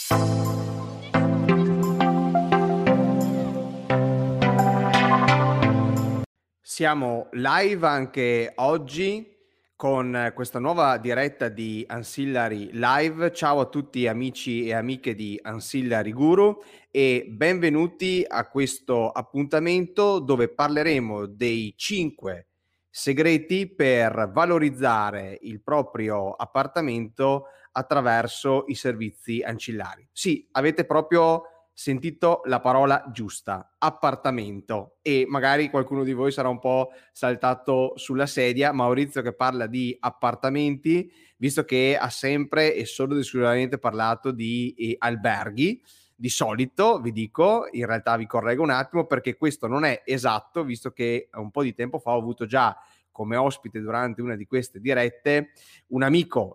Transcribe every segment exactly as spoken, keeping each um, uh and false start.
Siamo live anche oggi con questa nuova diretta di Ancillary Live. Ciao a tutti amici e amiche di Ancillary Guru e benvenuti a questo appuntamento dove parleremo dei cinque segreti per valorizzare il proprio appartamento attraverso i servizi ancillari. Sì, avete proprio sentito la parola giusta, appartamento, e magari qualcuno di voi sarà un po' saltato sulla sedia. Maurizio che parla di appartamenti, visto che ha sempre e solo ed esclusivamente parlato di eh, alberghi. Di solito vi dico, in realtà vi correggo un attimo perché questo non è esatto, visto che un po' di tempo fa ho avuto già come ospite durante una di queste dirette un amico,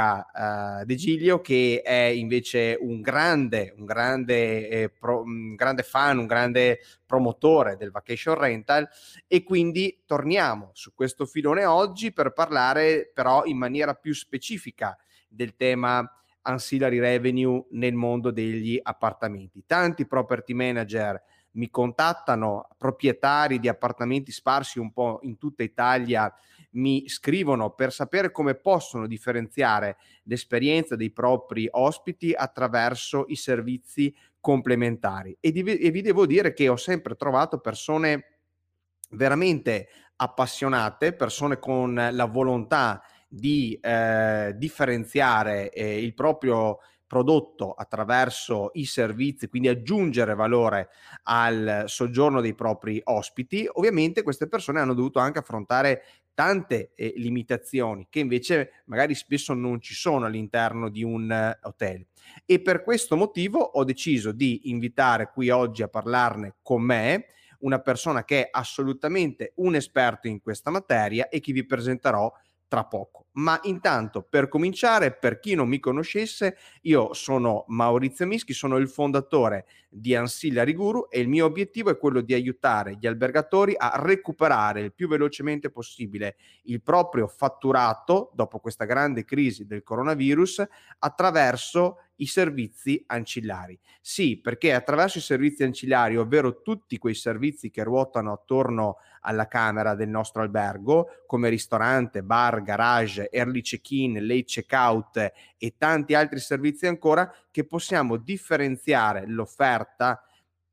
Luca eh, De Giglio, che è invece un grande, un grande, eh, pro, un grande fan, un grande promotore del vacation rental, e quindi torniamo su questo filone oggi per parlare però in maniera più specifica del tema ancillary revenue nel mondo degli appartamenti. Tanti property manager mi contattano, proprietari di appartamenti sparsi un po' in tutta Italia mi scrivono per sapere come possono differenziare l'esperienza dei propri ospiti attraverso i servizi complementari. E, di, e vi devo dire che ho sempre trovato persone veramente appassionate, persone con la volontà di eh, differenziare eh, il proprio prodotto attraverso i servizi, quindi aggiungere valore al soggiorno dei propri ospiti. Ovviamente queste persone hanno dovuto anche affrontare tante eh, limitazioni che invece magari spesso non ci sono all'interno di un eh, hotel, e per questo motivo ho deciso di invitare qui oggi a parlarne con me una persona che è assolutamente un esperto in questa materia e che vi presenterò tra poco. Ma intanto, per cominciare, per chi non mi conoscesse, io sono Maurizio Mischi, sono il fondatore di Ancillary Guru e il mio obiettivo è quello di aiutare gli albergatori a recuperare il più velocemente possibile il proprio fatturato dopo questa grande crisi del coronavirus attraverso i servizi ancillari. Sì, perché attraverso i servizi ancillari, ovvero tutti quei servizi che ruotano attorno alla camera del nostro albergo, come ristorante, bar, garage, early check-in, late check-out e tanti altri servizi ancora, che possiamo differenziare l'offerta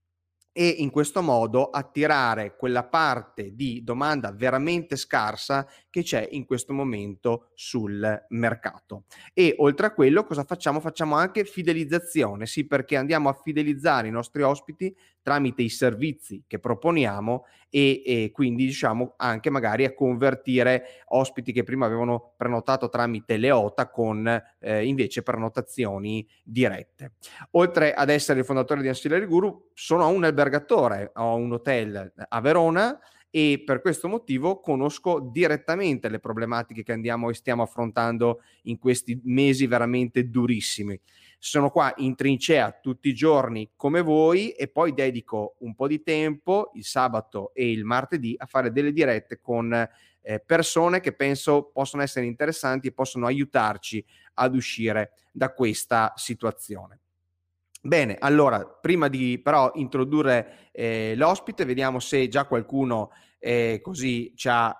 e in questo modo attirare quella parte di domanda veramente scarsa che c'è in questo momento sul mercato. E oltre a quello cosa facciamo? Facciamo anche fidelizzazione, sì, perché andiamo a fidelizzare i nostri ospiti tramite i servizi che proponiamo e, e quindi diciamo anche magari a convertire ospiti che prima avevano prenotato tramite Leota con eh, invece prenotazioni dirette. Oltre ad essere il fondatore di Ancillary Guru, sono un albergatore, ho un hotel a Verona e per questo motivo conosco direttamente le problematiche che andiamo e stiamo affrontando in questi mesi veramente durissimi. Sono qua in trincea tutti i giorni come voi e poi dedico un po' di tempo il sabato e il martedì a fare delle dirette con eh, persone che penso possono essere interessanti e possono aiutarci ad uscire da questa situazione. Bene, allora, prima di però introdurre eh, l'ospite, vediamo se già qualcuno eh, così ci, ha,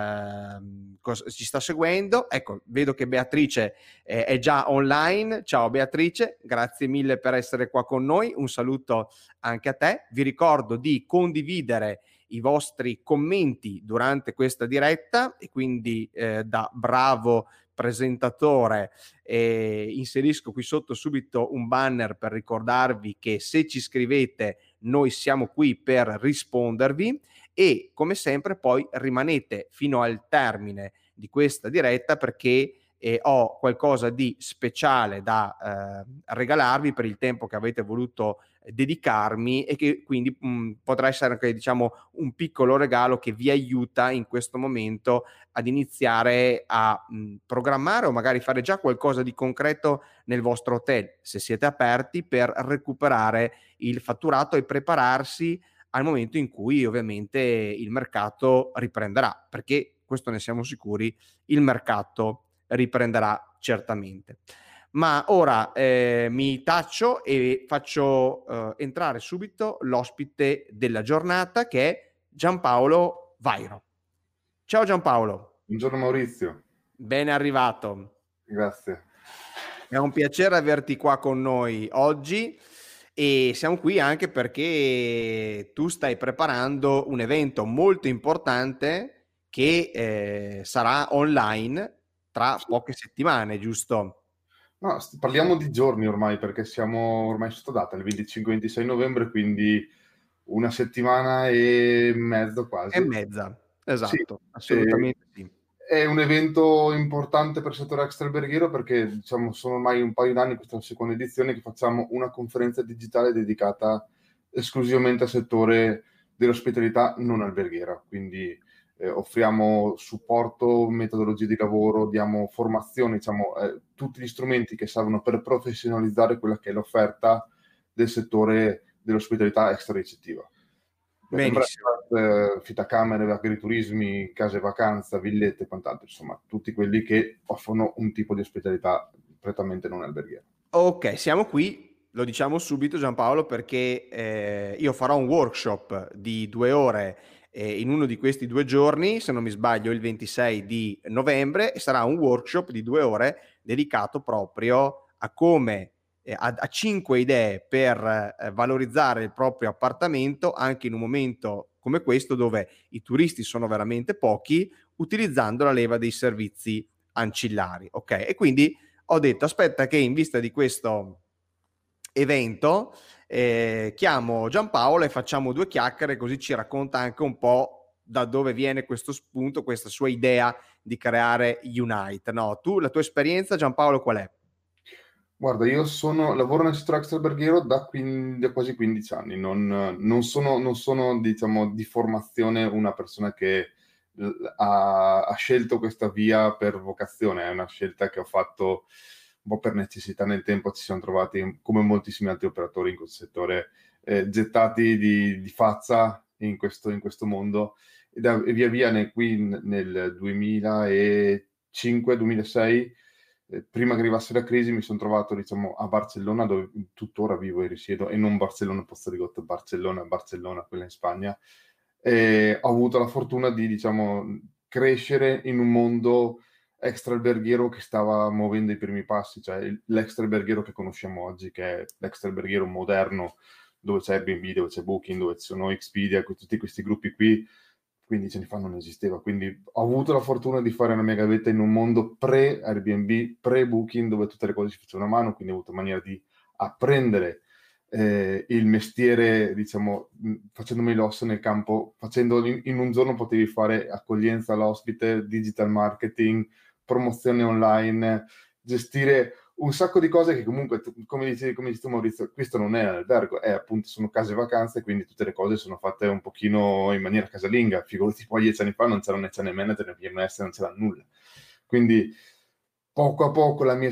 ehm, cos- ci sta seguendo. Ecco, vedo che Beatrice eh, è già online. Ciao Beatrice, grazie mille per essere qua con noi. Un saluto anche a te. Vi ricordo di condividere i vostri commenti durante questa diretta e quindi eh, da bravo presentatore eh, inserisco qui sotto subito un banner per ricordarvi che se ci scrivete noi siamo qui per rispondervi e come sempre poi rimanete fino al termine di questa diretta perché eh, ho qualcosa di speciale da eh, regalarvi per il tempo che avete voluto dedicarmi e che quindi mh, potrà essere anche diciamo un piccolo regalo che vi aiuta in questo momento ad iniziare a mh, programmare o magari fare già qualcosa di concreto nel vostro hotel, se siete aperti, per recuperare il fatturato e prepararsi al momento in cui ovviamente il mercato riprenderà, perché questo ne siamo sicuri, il mercato riprenderà certamente. Ma ora eh, mi taccio e faccio eh, entrare subito l'ospite della giornata, che è Giampaolo Vairo. Ciao Giampaolo. Buongiorno Maurizio, Ben arrivato. grazie. È un piacere averti qua con noi oggi e siamo qui anche perché tu stai preparando un evento molto importante che eh, sarà online tra Sì. poche settimane, giusto? No, st- parliamo di giorni ormai perché siamo ormai sotto data, il venticinque ventisei novembre, quindi una settimana e mezzo E quasi. mezza, Sì, esatto, eh, assolutamente sì. è un evento importante per il settore extraalberghiero perché diciamo, sono ormai un paio d'anni, questa è la seconda edizione, che facciamo una conferenza digitale dedicata esclusivamente al settore dell'ospitalità non alberghiera. Quindi eh, offriamo supporto, metodologie di lavoro, diamo formazione, diciamo, eh, tutti gli strumenti che servono per professionalizzare quella che è l'offerta del settore dell'ospitalità extra-ricettiva. Bed and Benissimo. breakfast, eh, fitacamere, agriturismi, case vacanza, villette e quant'altro, insomma, tutti quelli che offrono un tipo di ospitalità prettamente non alberghiera. Ok, siamo qui, lo diciamo subito Giampaolo, perché eh, io farò un workshop di due ore eh, in uno di questi due giorni, se non mi sbaglio il ventisei di novembre, e sarà un workshop di due ore dedicato proprio a come, eh, a, a cinque idee per eh, valorizzare il proprio appartamento anche in un momento come questo dove i turisti sono veramente pochi, utilizzando la leva dei servizi ancillari. Ok, e quindi ho detto aspetta che in vista di questo evento eh, chiamo Giampaolo e facciamo due chiacchiere, così ci racconta anche un po' da dove viene questo spunto, questa sua idea di creare Unite. No, tu, la tua esperienza Giampaolo qual è? Guarda, io sono, lavoro nel settore extraalberghiero da, quin- da quasi quindici anni, non, non sono, non sono, diciamo, di formazione una persona che l- ha, ha scelto questa via per vocazione, è una scelta che ho fatto un po' per necessità nel tempo, ci siamo trovati, come moltissimi altri operatori in questo settore, eh, gettati di, di faccia in questo, in questo mondo e, da- e via via nel, qui nel duemilacinque-duemilasei, eh, prima che arrivasse la crisi, mi sono trovato, diciamo, a Barcellona, dove tuttora vivo e risiedo, e non Barcellona Pozzolgotto, Barcellona, Barcellona, quella in Spagna. E ho avuto la fortuna di, diciamo, crescere in un mondo extra-alberghiero che stava muovendo i primi passi, cioè l'extra-alberghiero che conosciamo oggi, che è l'extra-alberghiero moderno, dove c'è Airbnb, dove c'è Booking, dove ci sono Expedia, tutti questi gruppi qui quindici anni fa non esisteva, quindi ho avuto la fortuna di fare una mia gavetta in un mondo pre-Airbnb, pre-Booking, dove tutte le cose si facevano a mano, quindi ho avuto maniera di apprendere eh, il mestiere, diciamo, mh, facendomi l'osso nel campo, facendo in, in un giorno potevi fare accoglienza all'ospite, digital marketing, promozione online, gestire un sacco di cose che comunque, tu- come dici, come dici tu Maurizio, questo non è albergo, è appunto, sono case vacanze, quindi tutte le cose sono fatte un pochino in maniera casalinga. Figurati, poi dieci anni fa non c'era né C N M, né P M S, non c'era nulla. Quindi poco a poco la mia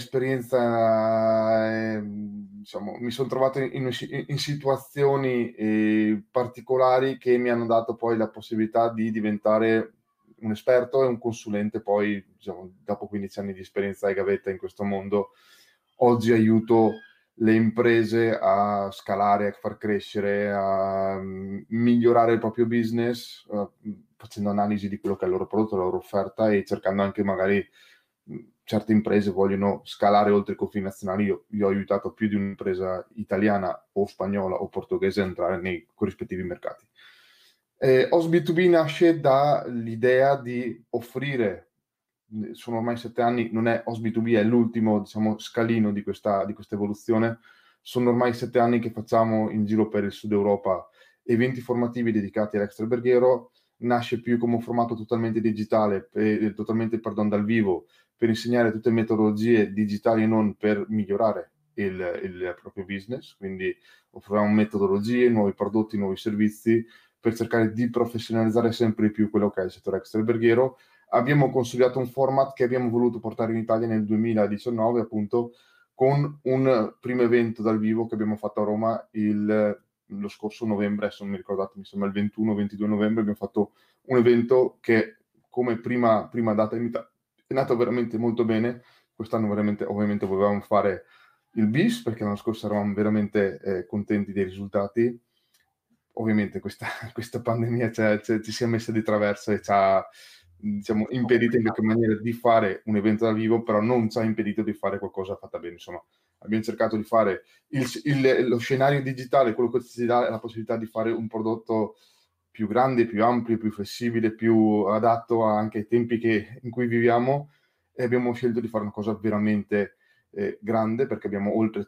esperienza, eh, diciamo, mi sono trovato in, in- in situazioni eh, particolari che mi hanno dato poi la possibilità di diventare un esperto e un consulente. Poi, diciamo, dopo quindici anni di esperienza e gavetta in questo mondo, oggi aiuto le imprese a scalare, a far crescere, a mm, migliorare il proprio business, eh, facendo analisi di quello che è il loro prodotto, la loro offerta e cercando anche magari mh, certe imprese vogliono scalare oltre i confini nazionali. Io, io ho aiutato più di un'impresa italiana o spagnola o portoghese a entrare nei corrispettivi mercati. Eh, O S B due B nasce dall'idea di offrire, sono ormai sette anni, non è O S B due B, è l'ultimo, diciamo, scalino di questa, di questa evoluzione. Sono ormai sette anni che facciamo in giro per il sud Europa eventi formativi dedicati all'extraalberghiero. Nasce più come un formato totalmente digitale, eh, totalmente, pardon, dal vivo, per insegnare tutte le metodologie digitali e non, per migliorare il, il proprio business. Quindi offriamo metodologie, nuovi prodotti, nuovi servizi per cercare di professionalizzare sempre di più quello che è il settore extraalberghiero. Abbiamo consolidato un format che abbiamo voluto portare in Italia nel duemiladiciannove, appunto, con un primo evento dal vivo che abbiamo fatto a Roma il, lo scorso novembre, adesso non mi ricordo, mi sembra il ventuno ventidue novembre. Abbiamo fatto un evento che come prima, prima data in Italia è nato veramente molto bene, quest'anno veramente, ovviamente volevamo fare il bis, perché l'anno scorso eravamo veramente eh, contenti dei risultati. Ovviamente questa, questa pandemia ci, ha, ci si è messa di traverso e ci ha, diciamo, impedito in qualche maniera di fare un evento dal vivo, però non ci ha impedito di fare qualcosa fatta bene. Insomma, abbiamo cercato di fare il, il, lo scenario digitale, quello che ci dà la possibilità di fare un prodotto più grande, più ampio, più flessibile, più adatto anche ai tempi che, in cui viviamo, e abbiamo scelto di fare una cosa veramente eh, grande, perché abbiamo oltre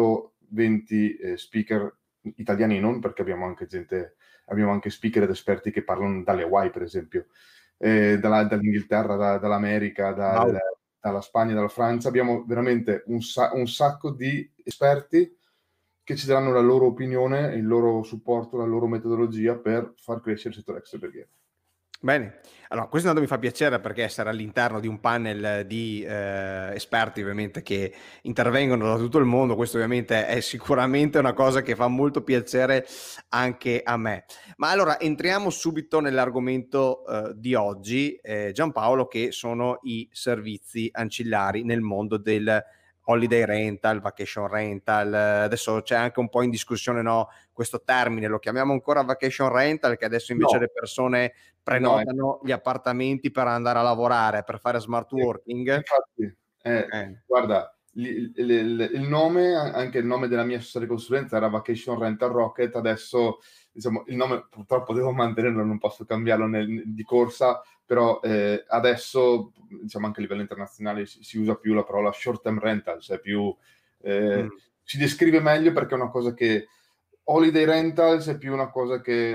centoventi eh, speaker italiani e non, perché abbiamo anche gente, abbiamo anche speaker ed esperti che parlano dalle Hawaii, per esempio, eh, dalla, dall'Inghilterra, da, dall'America, dal, Wow. dalla Spagna, dalla Francia. Abbiamo veramente un, sa- un sacco di esperti che ci daranno la loro opinione, il loro supporto, la loro metodologia per far crescere il settore extraverghiero. Bene, allora questo intanto mi fa piacere perché essere all'interno di un panel di eh, esperti ovviamente che intervengono da tutto il mondo, questo ovviamente è sicuramente una cosa che fa molto piacere anche a me. Ma allora entriamo subito nell'argomento eh, di oggi, eh, Giampaolo, che sono i servizi ancillari nel mondo del holiday rental, vacation rental. Adesso c'è anche un po' in discussione, no, questo termine, lo chiamiamo ancora vacation rental, che adesso invece No, le persone no, prenotano gli appartamenti per andare a lavorare, per fare smart sì, working. infatti, eh, Eh, guarda, il, il- il- il nome, anche il nome della mia società di consulenza era Vacation Rental Rocket. Adesso, diciamo, il nome purtroppo devo mantenerlo, non posso cambiarlo nel- di corsa, però eh, adesso, diciamo, anche a livello internazionale si, si usa più la parola short term rental, cioè più, eh, mm, si descrive meglio, perché è una cosa che holiday rentals è più una cosa che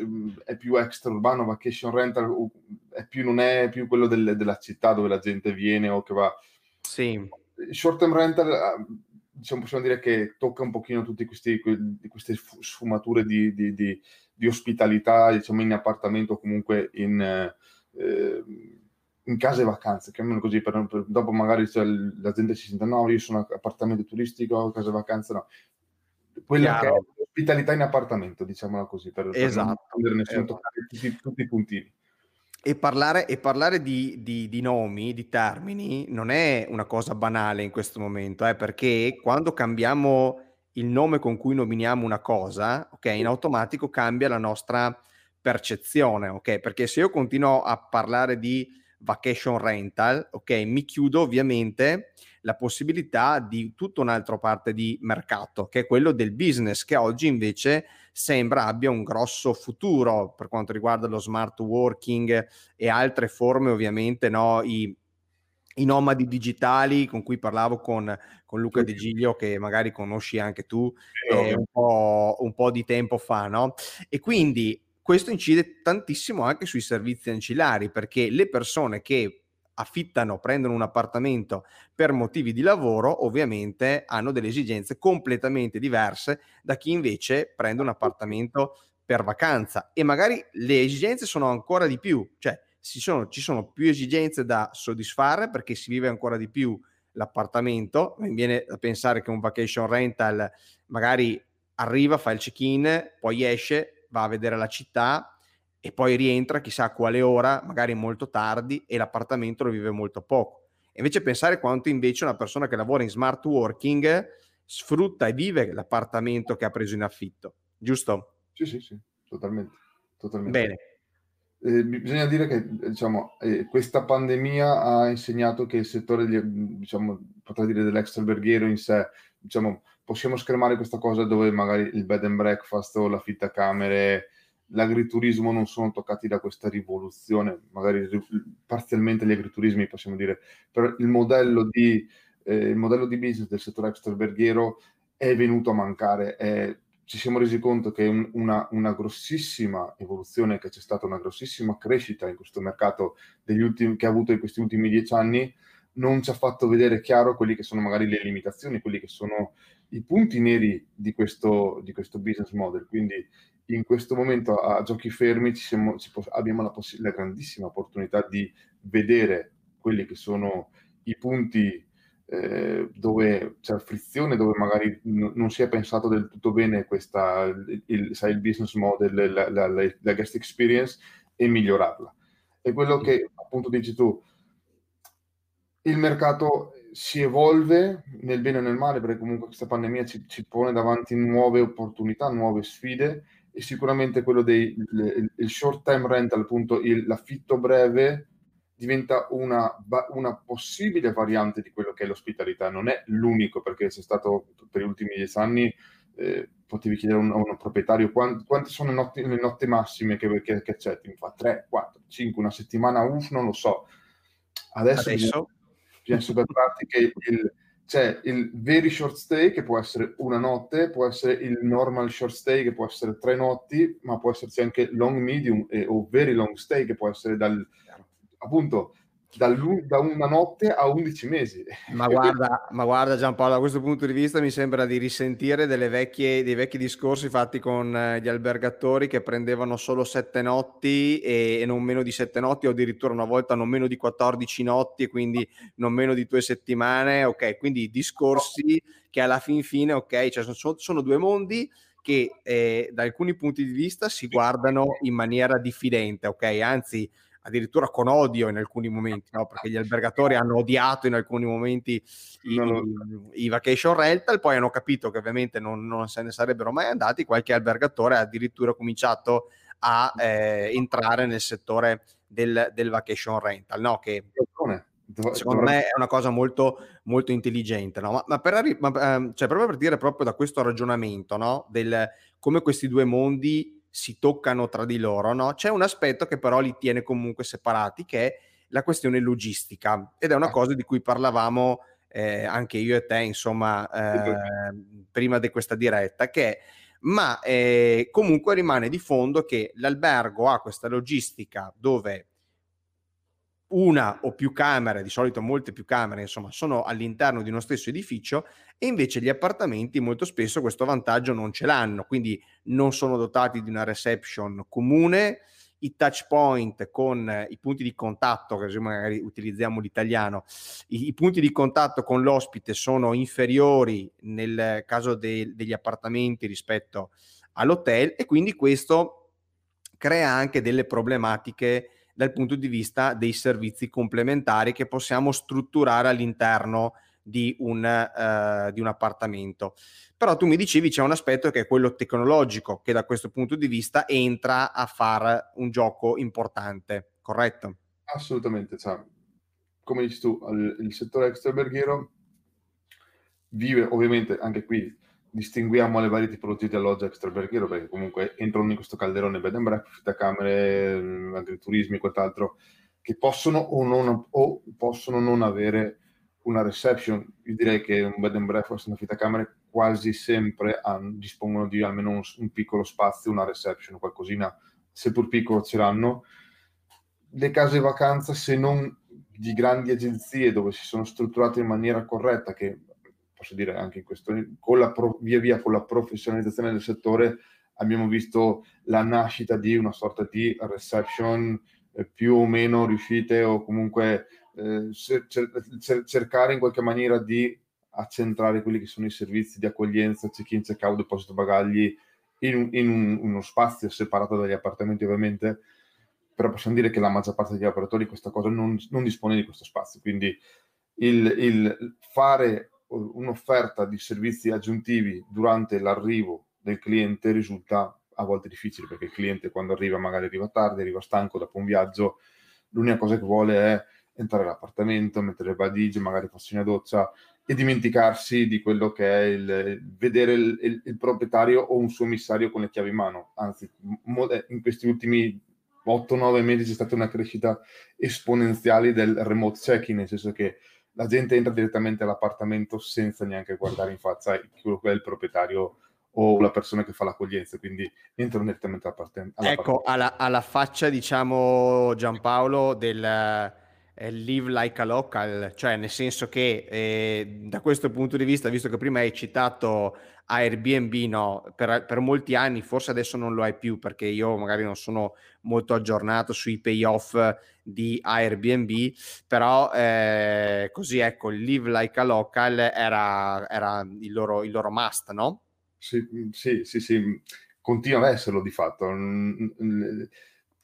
è più extra urbano. Vacation rental è più, non è più quello del, della città dove la gente viene o che va. sì, Short term rental, diciamo, possiamo dire che tocca un pochino tutte queste sfumature di, di, di, di ospitalità, diciamo, in appartamento o comunque in, eh, in case vacanze, chiamiamolo così, per, per, dopo magari cioè, la gente si sente, no, io sono appartamento turistico, case vacanze, no. Quella che è chiaro, l'ospitalità in appartamento, diciamola così, per, per non esatto, prendere nessuno, esatto. toccare tutti, tutti i puntini. E parlare, e parlare di, di- di nomi, di termini, non è una cosa banale in questo momento, eh, perché quando cambiamo il nome con cui nominiamo una cosa, ok, in automatico cambia la nostra percezione, ok? Perché se io continuo a parlare di vacation rental, ok, mi chiudo ovviamente la possibilità di tutta un'altra parte di mercato, che è quello del business, che oggi invece sembra abbia un grosso futuro per quanto riguarda lo smart working e altre forme, ovviamente, no, i, i nomadi digitali con cui parlavo con, con Luca Sì, De Giglio, che magari conosci anche tu, sì, eh, ovvio. un po', un po' di tempo fa, no? E quindi questo incide tantissimo anche sui servizi ancillari, perché le persone che affittano, prendono un appartamento per motivi di lavoro, ovviamente hanno delle esigenze completamente diverse da chi invece prende un appartamento per vacanza, e magari le esigenze sono ancora di più, cioè ci sono, ci sono più esigenze da soddisfare perché si vive ancora di più l'appartamento. Mi viene da pensare che un vacation rental magari arriva, fa il check-in, poi esce, va a vedere la città e poi rientra chissà a quale ora, magari molto tardi, e l'appartamento lo vive molto poco. E invece pensare quanto invece una persona che lavora in smart working sfrutta e vive l'appartamento che ha preso in affitto, giusto? Sì, sì, sì, totalmente, totalmente. Bene. Eh, bisogna dire che, diciamo, eh, questa pandemia ha insegnato che il settore, di- diciamo, potrei dire dell'extraverghiero in sé, diciamo, possiamo schermare questa cosa dove magari il bed and breakfast o l'affittacamere, l'agriturismo non sono toccati da questa rivoluzione, magari ri- parzialmente gli agriturismi, possiamo dire, però il modello di, eh, il modello di business del settore extraverghiero è venuto a mancare. È- ci siamo resi conto che un- una, una grossissima evoluzione, che c'è stata una grossissima crescita in questo mercato degli ultimi, che ha avuto in questi ultimi dieci anni, non ci ha fatto vedere chiaro quelli che sono magari le limitazioni, quelli che sono i punti neri di questo, di questo business model. Quindi in questo momento a, a giochi fermi ci siamo, ci pos- abbiamo la, possi- la grandissima opportunità di vedere quelli che sono i punti eh, dove c'è frizione, dove magari n- non si è pensato del tutto bene questa, il, il- sai, il business model, la, la- la- la guest experience, e migliorarla. E quello che appunto dici tu, il mercato si evolve nel bene e nel male, perché comunque questa pandemia ci, ci pone davanti nuove opportunità, nuove sfide, e sicuramente quello dei il, il short term rental, appunto il, l'affitto breve, diventa una, una possibile variante di quello che è l'ospitalità. Non è l'unico, perché c'è stato per gli ultimi dieci anni, eh, potevi chiedere a un, a un proprietario quante, quante sono le notti, le notti massime che, che, che accetti. Mi fa tre, quattro, cinque, una settimana, uff, non lo so. Adesso bisogna, Adesso? bisogna superarti che il, c'è il very short stay, che può essere una notte, può essere il normal short stay, che può essere tre notti, ma può esserci anche long medium e, o very long stay, che può essere dal, appunto, dal, da una notte a undici mesi. Ma guarda, ma guarda Giampaolo, da questo punto di vista mi sembra di risentire delle vecchie, dei vecchi discorsi fatti con eh, gli albergatori che prendevano solo sette notti e, e non meno di sette notti, o addirittura una volta non meno di quattordici notti e quindi non meno di due settimane. Ok, quindi discorsi che alla fin fine, ok, cioè sono, sono due mondi che eh, da alcuni punti di vista si guardano in maniera diffidente, ok? Anzi, addirittura con odio in alcuni momenti, no? Perché gli albergatori hanno odiato in alcuni momenti i, Non i, lo- i vacation rental, poi hanno capito che ovviamente non, non se ne sarebbero mai andati, qualche albergatore ha addirittura cominciato a eh, entrare nel settore del, del vacation rental, no? Che ragione. Dov- secondo dovrebbe me è una cosa molto, molto intelligente, no? Ma, ma per arri- ma, ehm, cioè, proprio per dire proprio da questo ragionamento, no? Del come questi due mondi si toccano tra di loro, no? C'è un aspetto che però li tiene comunque separati, che è la questione logistica, ed è una cosa di cui parlavamo eh, anche io e te, insomma, eh, prima di questa diretta, che è, ma eh, comunque rimane di fondo che l'albergo ha questa logistica dove una o più camere, di solito molte più camere, insomma, sono all'interno di uno stesso edificio, e invece gli appartamenti molto spesso questo vantaggio non ce l'hanno, quindi non sono dotati di una reception comune, i touch point con eh, i punti di contatto, che magari utilizziamo l'italiano, i, i punti di contatto con l'ospite sono inferiori nel caso de- degli appartamenti rispetto all'hotel, e quindi questo crea anche delle problematiche dal punto di vista dei servizi complementari che possiamo strutturare all'interno di un, eh, di un appartamento. Però tu mi dicevi c'è un aspetto che è quello tecnologico, che da questo punto di vista entra a fare un gioco importante, corretto? Assolutamente, cioè, come dici tu, al- il settore extraalberghiero vive, ovviamente, anche qui distinguiamo le varie tipologie di alloggio extraalberghiero, perché comunque entrano in questo calderone bed and breakfast, camere, mh, agriturismi e quant'altro, che possono o, non, o possono non avere una reception. Io direi che un bed and breakfast, una fittacamere, quasi sempre hanno- dispongono di almeno un, un piccolo spazio, una reception, qualcosina, seppur piccolo, ce l'hanno. Le case vacanza, se non di grandi agenzie dove si sono strutturate in maniera corretta, che posso dire anche in questo, con la pro, via via con la professionalizzazione del settore, abbiamo visto la nascita di una sorta di reception eh, più o meno riuscite, o comunque eh, cer- cer- cercare in qualche maniera di accentrare quelli che sono i servizi di accoglienza, check-in, check-out, deposito bagagli in, un- in un- uno spazio separato dagli appartamenti, ovviamente. Però possiamo dire che la maggior parte degli operatori questa cosa non, non dispone di questo spazio, quindi il, il fare un'offerta di servizi aggiuntivi durante l'arrivo del cliente risulta a volte difficile, perché il cliente, quando arriva, magari arriva tardi, arriva stanco dopo un viaggio, l'unica cosa che vuole è entrare all'appartamento, mettere il valigie, magari farsi una doccia e dimenticarsi di quello che è il vedere il, il, il proprietario o un suo emissario con le chiavi in mano. Anzi, mo- in questi ultimi otto nove mesi c'è stata una crescita esponenziale del remote check-in, nel senso che la gente entra direttamente all'appartamento senza neanche guardare in faccia quello che è il proprietario o la persona che fa l'accoglienza, quindi entrano direttamente Ecco, all'appartamento. alla, alla faccia, diciamo, Giampaolo, del eh, live like a local, cioè nel senso che eh, da questo punto di vista, visto che prima hai citato Airbnb, no, per, per molti anni, forse adesso non lo hai più perché io magari non sono molto aggiornato sui payoff di Airbnb, però eh, così ecco, il live like a local era, era il loro, il loro must, no? Sì, sì, sì, sì, continua ad esserlo di fatto.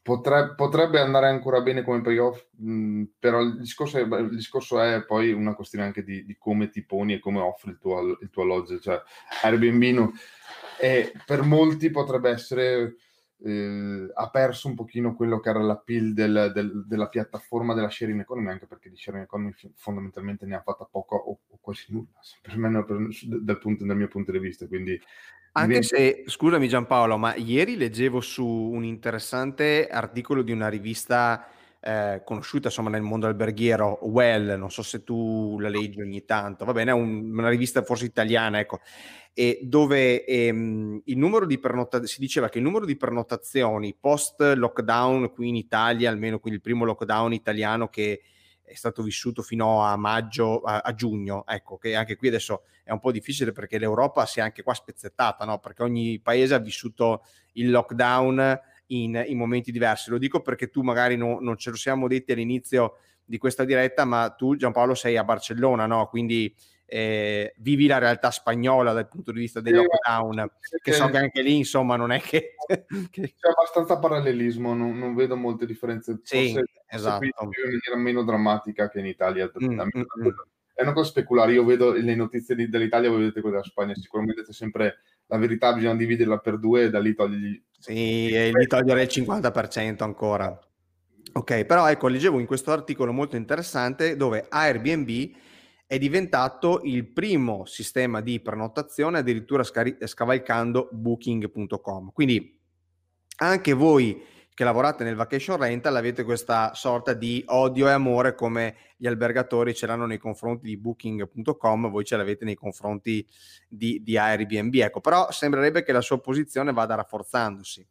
Potre, potrebbe andare ancora bene come payoff, mh, però il discorso, è, il discorso è poi una questione anche di, di come ti poni e come offri il tuo, il tuo alloggio. Cioè, Airbnb no, e per molti potrebbe essere, eh, ha perso un pochino quello che era l'appeal del, del, della piattaforma della sharing economy, anche perché di sharing economy fondamentalmente ne ha fatta poco o, o quasi nulla, per me, per, dal, punto, dal mio punto di vista. Quindi Anche diventa... se, scusami Giampaolo, ma ieri leggevo su un interessante articolo di una rivista eh, conosciuta insomma nel mondo alberghiero, Well, non so se tu la leggi ogni tanto, va bene, è un- una rivista forse italiana, ecco, e dove ehm, il numero di prenotazioni, si diceva che il numero di prenotazioni post lockdown qui in Italia, almeno quindi il primo lockdown italiano che è stato vissuto fino a maggio, a, a giugno, ecco, che anche qui adesso è un po' difficile perché l'Europa si è anche qua spezzettata, no? Perché ogni paese ha vissuto il lockdown in, in momenti diversi. Lo dico perché tu magari no, non ce lo siamo detti all'inizio di questa diretta, ma tu Giampaolo sei a Barcellona, no? Quindi eh, vivi la realtà spagnola dal punto di vista dei lockdown, che so che anche lì insomma non è che... che... C'è abbastanza parallelismo, non, non vedo molte differenze, Sì, forse, forse qui esatto. in maniera meno drammatica che in Italia. Mm, mm, mm. È una cosa speculare, io vedo le notizie di, dell'Italia, voi vedete quelle della Spagna, sicuramente c'è sempre la verità, bisogna dividerla per due e da lì togli... Sì, e gli toglierei il cinquanta per cento ancora. Ok, però ecco, leggevo in questo articolo molto interessante dove Airbnb è diventato il primo sistema di prenotazione, addirittura scari- scavalcando booking punto com. Quindi anche voi che lavorate nel vacation rental avete questa sorta di odio e amore come gli albergatori ce l'hanno nei confronti di booking punto com, voi ce l'avete nei confronti di, di Airbnb. Ecco, però sembrerebbe che la sua posizione vada rafforzandosi.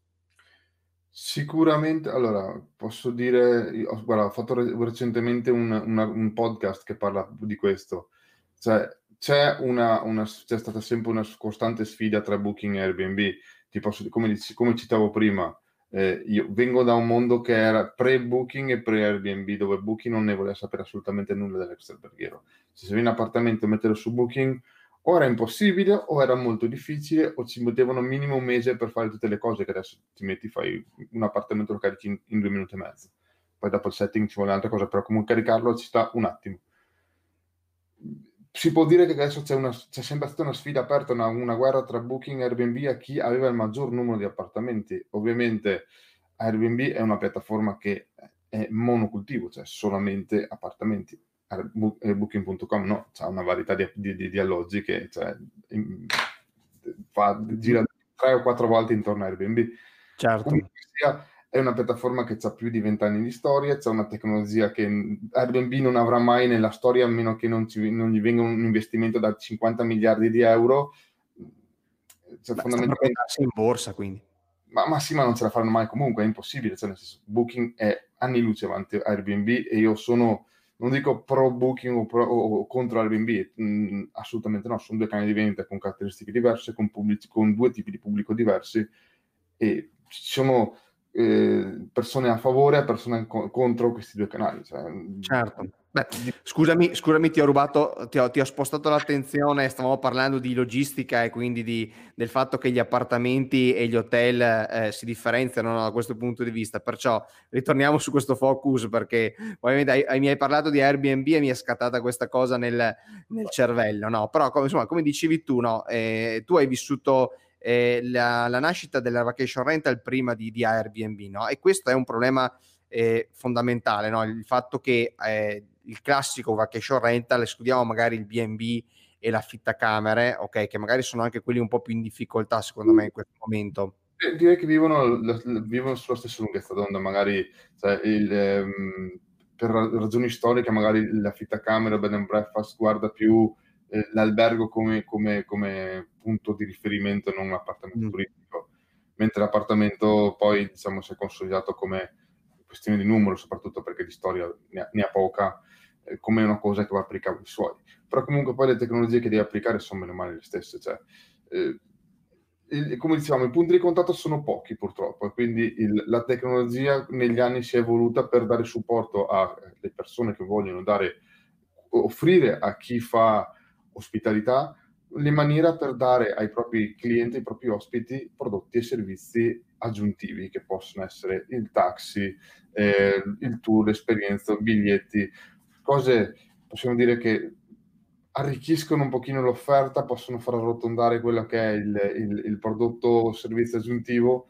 Sicuramente, allora, posso dire, io ho, guarda, ho fatto re- recentemente un, una- un podcast che parla di questo. Cioè, c'è, una, una- c'è stata sempre una costante sfida tra Booking e Airbnb. Ti posso- come, dici- come citavo prima, eh, io vengo da un mondo che era pre-Booking e pre-Airbnb, dove Booking non ne voleva sapere assolutamente nulla dell'extraalberghiero. Se si viene in appartamento e metterlo su Booking, o era impossibile, o era molto difficile, o ci mettevano minimo un mese per fare tutte le cose che adesso ti metti, fai un appartamento lo carichi in, in due minuti e mezzo. Poi dopo il setting ci vuole un'altra cosa, però comunque caricarlo ci sta un attimo. Si può dire che adesso c'è, una, c'è sempre stata una sfida aperta, una, una guerra tra Booking e Airbnb a chi aveva il maggior numero di appartamenti. Ovviamente Airbnb è una piattaforma che è monocultivo, cioè solamente appartamenti. Booking punto com no, c'ha una varietà di, di, di, di alloggi che cioè, in, fa, gira tre o quattro volte intorno a Airbnb. Certo. Comunque sia, è una piattaforma che ha più di vent'anni di storia, c'è una tecnologia che Airbnb non avrà mai nella storia, a meno che non, ci, non gli venga un investimento da cinquanta miliardi di euro. Cioè, Beh, sta per fondamentalmente, quotarsi in borsa, quindi. ma, ma sì, ma non ce la faranno mai comunque, è impossibile. Cioè, nel senso, Booking è anni luce avanti a Airbnb e io sono, non dico pro Booking o, pro, o contro Airbnb, mh, assolutamente no, sono due canali di vendita con caratteristiche diverse, con, pubblici, con due tipi di pubblico diversi e ci sono eh, persone a favore e persone co- contro questi due canali. Cioè, Certo. Beh, di- scusami, scusami, ti ho rubato, ti ho, ti ho spostato l'attenzione, stavamo parlando di logistica e quindi di- del fatto che gli appartamenti e gli hotel eh, si differenziano, no, da questo punto di vista. Perciò ritorniamo su questo focus perché ovviamente hai- hai- mi hai parlato di Airbnb e mi è scattata questa cosa nel, nel cervello, no? Però come, insomma, come dicevi tu, no? Eh, tu hai vissuto eh, la, la nascita della vacation rental prima di, di Airbnb, no? E questo è un problema eh, fondamentale, no? Il fatto che eh, il classico vacation rental, escludiamo magari il B and B e l'affittacamere, ok, che magari sono anche quelli un po' più in difficoltà secondo me in questo momento. Eh, Direi che vivono, la- la- vivono sulla stessa lunghezza d'onda, magari cioè, il, ehm, per ra- ragioni storiche, magari l'affittacamere o bed and breakfast guarda più eh, l'albergo come, come- come punto di riferimento, non un appartamento Mm. turistico, mentre l'appartamento poi diciamo, si è consolidato come questione di numero, soprattutto perché di storia ne ha, ne ha poca, eh, come una cosa che va per i cavoli suoi. Però comunque poi le tecnologie che devi applicare sono meno male le stesse, cioè, eh, il- come dicevamo, i punti di contatto sono pochi purtroppo, e quindi il- la tecnologia negli anni si è evoluta per dare supporto alle persone che vogliono dare, offrire a chi fa ospitalità le maniere per dare ai propri clienti, ai propri ospiti, prodotti e servizi aggiuntivi che possono essere il taxi, eh, il tour, l'esperienza, biglietti, cose possiamo dire che arricchiscono un pochino l'offerta, possono far arrotondare quello che è il, il, il prodotto o servizio aggiuntivo,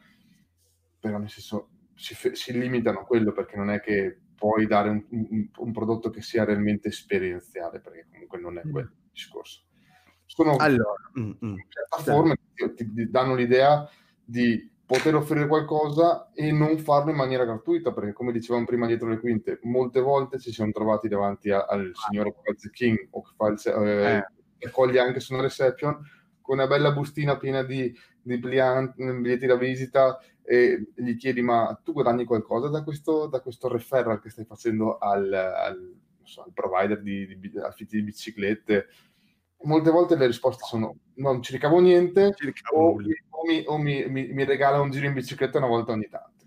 però nel senso si, si limitano a quello, perché non è che puoi dare un, un, un prodotto che sia realmente esperienziale, perché comunque non è quello il discorso. Sono allora, mm, mm, piattaforme che ti, ti danno l'idea di poter offrire qualcosa e non farlo in maniera gratuita, perché come dicevamo prima dietro le quinte, molte volte ci siamo trovati davanti a, al signore che fa il check-in o che, fa il, eh, eh. che accoglie anche su una reception con una bella bustina piena di, di pliant, biglietti da visita, e gli chiedi: ma tu guadagni qualcosa da questo, da questo referral che stai facendo al, al, non so, al provider di, di affitti di biciclette? Molte volte le risposte sono: non ci ricavo niente, Ci ricavo o, nulla. o, mi, o mi, mi, mi regala un giro in bicicletta una volta ogni tanto.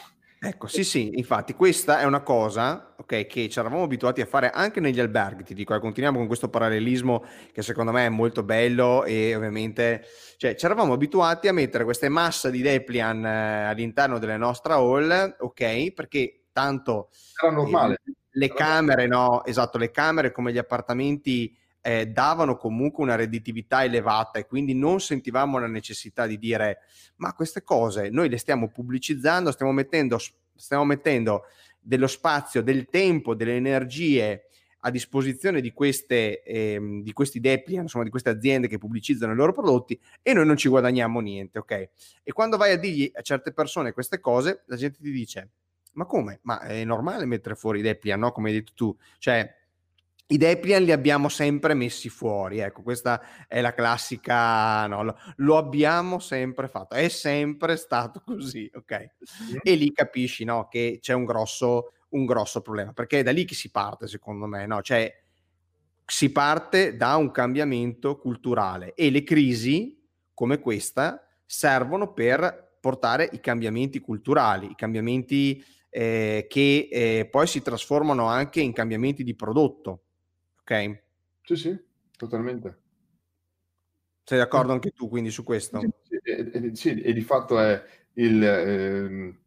Ecco, sì, sì, infatti questa è una cosa, ok, che ci eravamo abituati a fare anche negli alberghi, ti dico, eh, continuiamo con questo parallelismo che secondo me è molto bello e ovviamente, cioè, ci eravamo abituati a mettere queste masse di Deplian eh, all'interno della nostra hall, ok, perché tanto Era eh, normale. le camere, no, esatto, le camere come gli appartamenti eh, davano comunque una redditività elevata e quindi non sentivamo la necessità di dire: ma queste cose noi le stiamo pubblicizzando, stiamo mettendo, stiamo mettendo dello spazio, del tempo, delle energie a disposizione di queste ehm, di questi Depliant, insomma di queste aziende che pubblicizzano i loro prodotti, e noi non ci guadagniamo niente, ok? E quando vai a dirgli a certe persone queste cose, la gente ti dice: ma come? Ma è normale mettere fuori i Depliant, no? Come hai detto tu, cioè i Depliant li abbiamo sempre messi fuori, ecco, questa è la classica, no, lo, lo abbiamo sempre fatto, è sempre stato così, ok? Mm. E lì capisci, no, che c'è un grosso, un grosso problema, perché è da lì che si parte, secondo me, no? Cioè, si parte da un cambiamento culturale e le crisi come questa servono per portare i cambiamenti culturali, i cambiamenti eh, che eh, poi si trasformano anche in cambiamenti di prodotto. Ok? Sì, sì, totalmente. Sei d'accordo anche tu quindi su Sì, questo? sì, e, e- sì, e di fatto è il, ehm,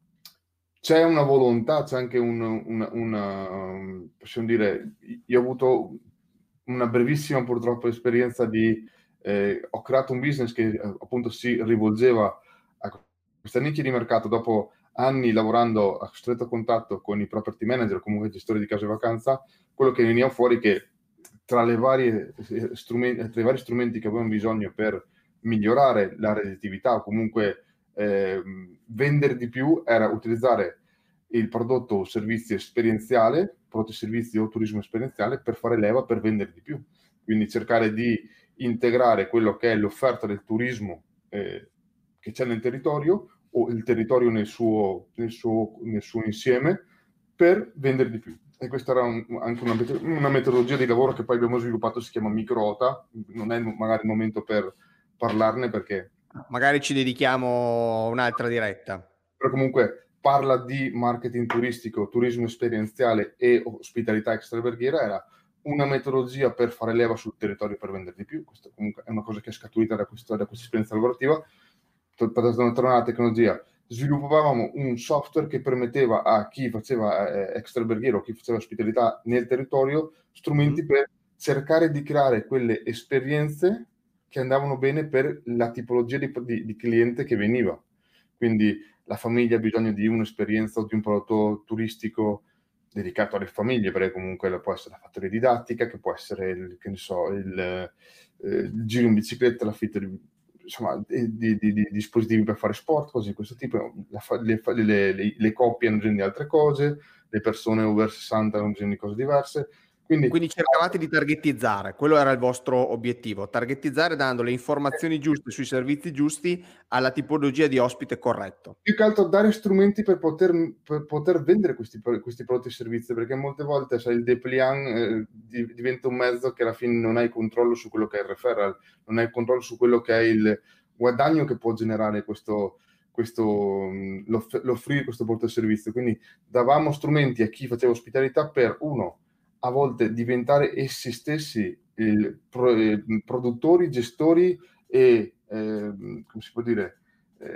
c'è una volontà, c'è anche un, una, una- possiamo dire, io ho avuto una brevissima purtroppo esperienza di, eh, ho creato un business che eh, appunto si rivolgeva a questa nicchia di mercato dopo anni lavorando a stretto contatto con i property manager, comunque gestori di case vacanza. Quello che veniva fuori è che tra le varie eh, strumenti, tra i vari strumenti che avevano bisogno per migliorare la redditività o comunque eh, vendere di più era utilizzare il prodotto o servizio esperienziale, prodotto e servizi o turismo esperienziale per fare leva per vendere di più. Quindi cercare di integrare quello che è l'offerta del turismo eh, che c'è nel territorio o il territorio nel suo, nel suo, nel suo insieme per vendere di più. E questa era un, anche una, una metodologia di lavoro che poi abbiamo sviluppato, si chiama microota, non è magari il momento per parlarne perché... Magari ci dedichiamo un'altra diretta. Però comunque parla di marketing turistico, turismo esperienziale e ospitalità extralberghiera, era una metodologia per fare leva sul territorio per vendere di più. Questa comunque è una cosa che è scaturita da questa, da questa esperienza lavorativa. Per tornare alla tecnologia, sviluppavamo un software che permetteva a chi faceva eh, extralberghiero o chi faceva ospitalità nel territorio strumenti Mm-hmm. per cercare di creare quelle esperienze che andavano bene per la tipologia di, di, di cliente che veniva. Quindi la famiglia ha bisogno di un'esperienza o di un prodotto turistico dedicato alle famiglie, perché comunque può essere la fattoria didattica, che può essere il, che ne so, il, eh, il giro in bicicletta, l'affitto di, insomma, di, di, di dispositivi per fare sport, cose di questo tipo. La, le, le, le, le coppie hanno bisogno di altre cose, le persone over sessanta hanno bisogno di cose diverse. Quindi, Quindi cercavate di targetizzare, quello era il vostro obiettivo, targetizzare dando le informazioni giuste sui servizi giusti alla tipologia di ospite corretto. più che altro dare strumenti per poter, per poter vendere questi, questi prodotti e servizi, perché molte volte sai, il dépliant eh, diventa un mezzo che alla fine non hai controllo su quello che è il referral, non hai controllo su quello che è il guadagno che può generare questo, questo, l'off- l'offrire questo prodotto e servizio. Quindi davamo strumenti a chi faceva ospitalità per, uno, a volte diventare essi stessi il, pro, eh, produttori, gestori e, eh, come si può dire, Eh,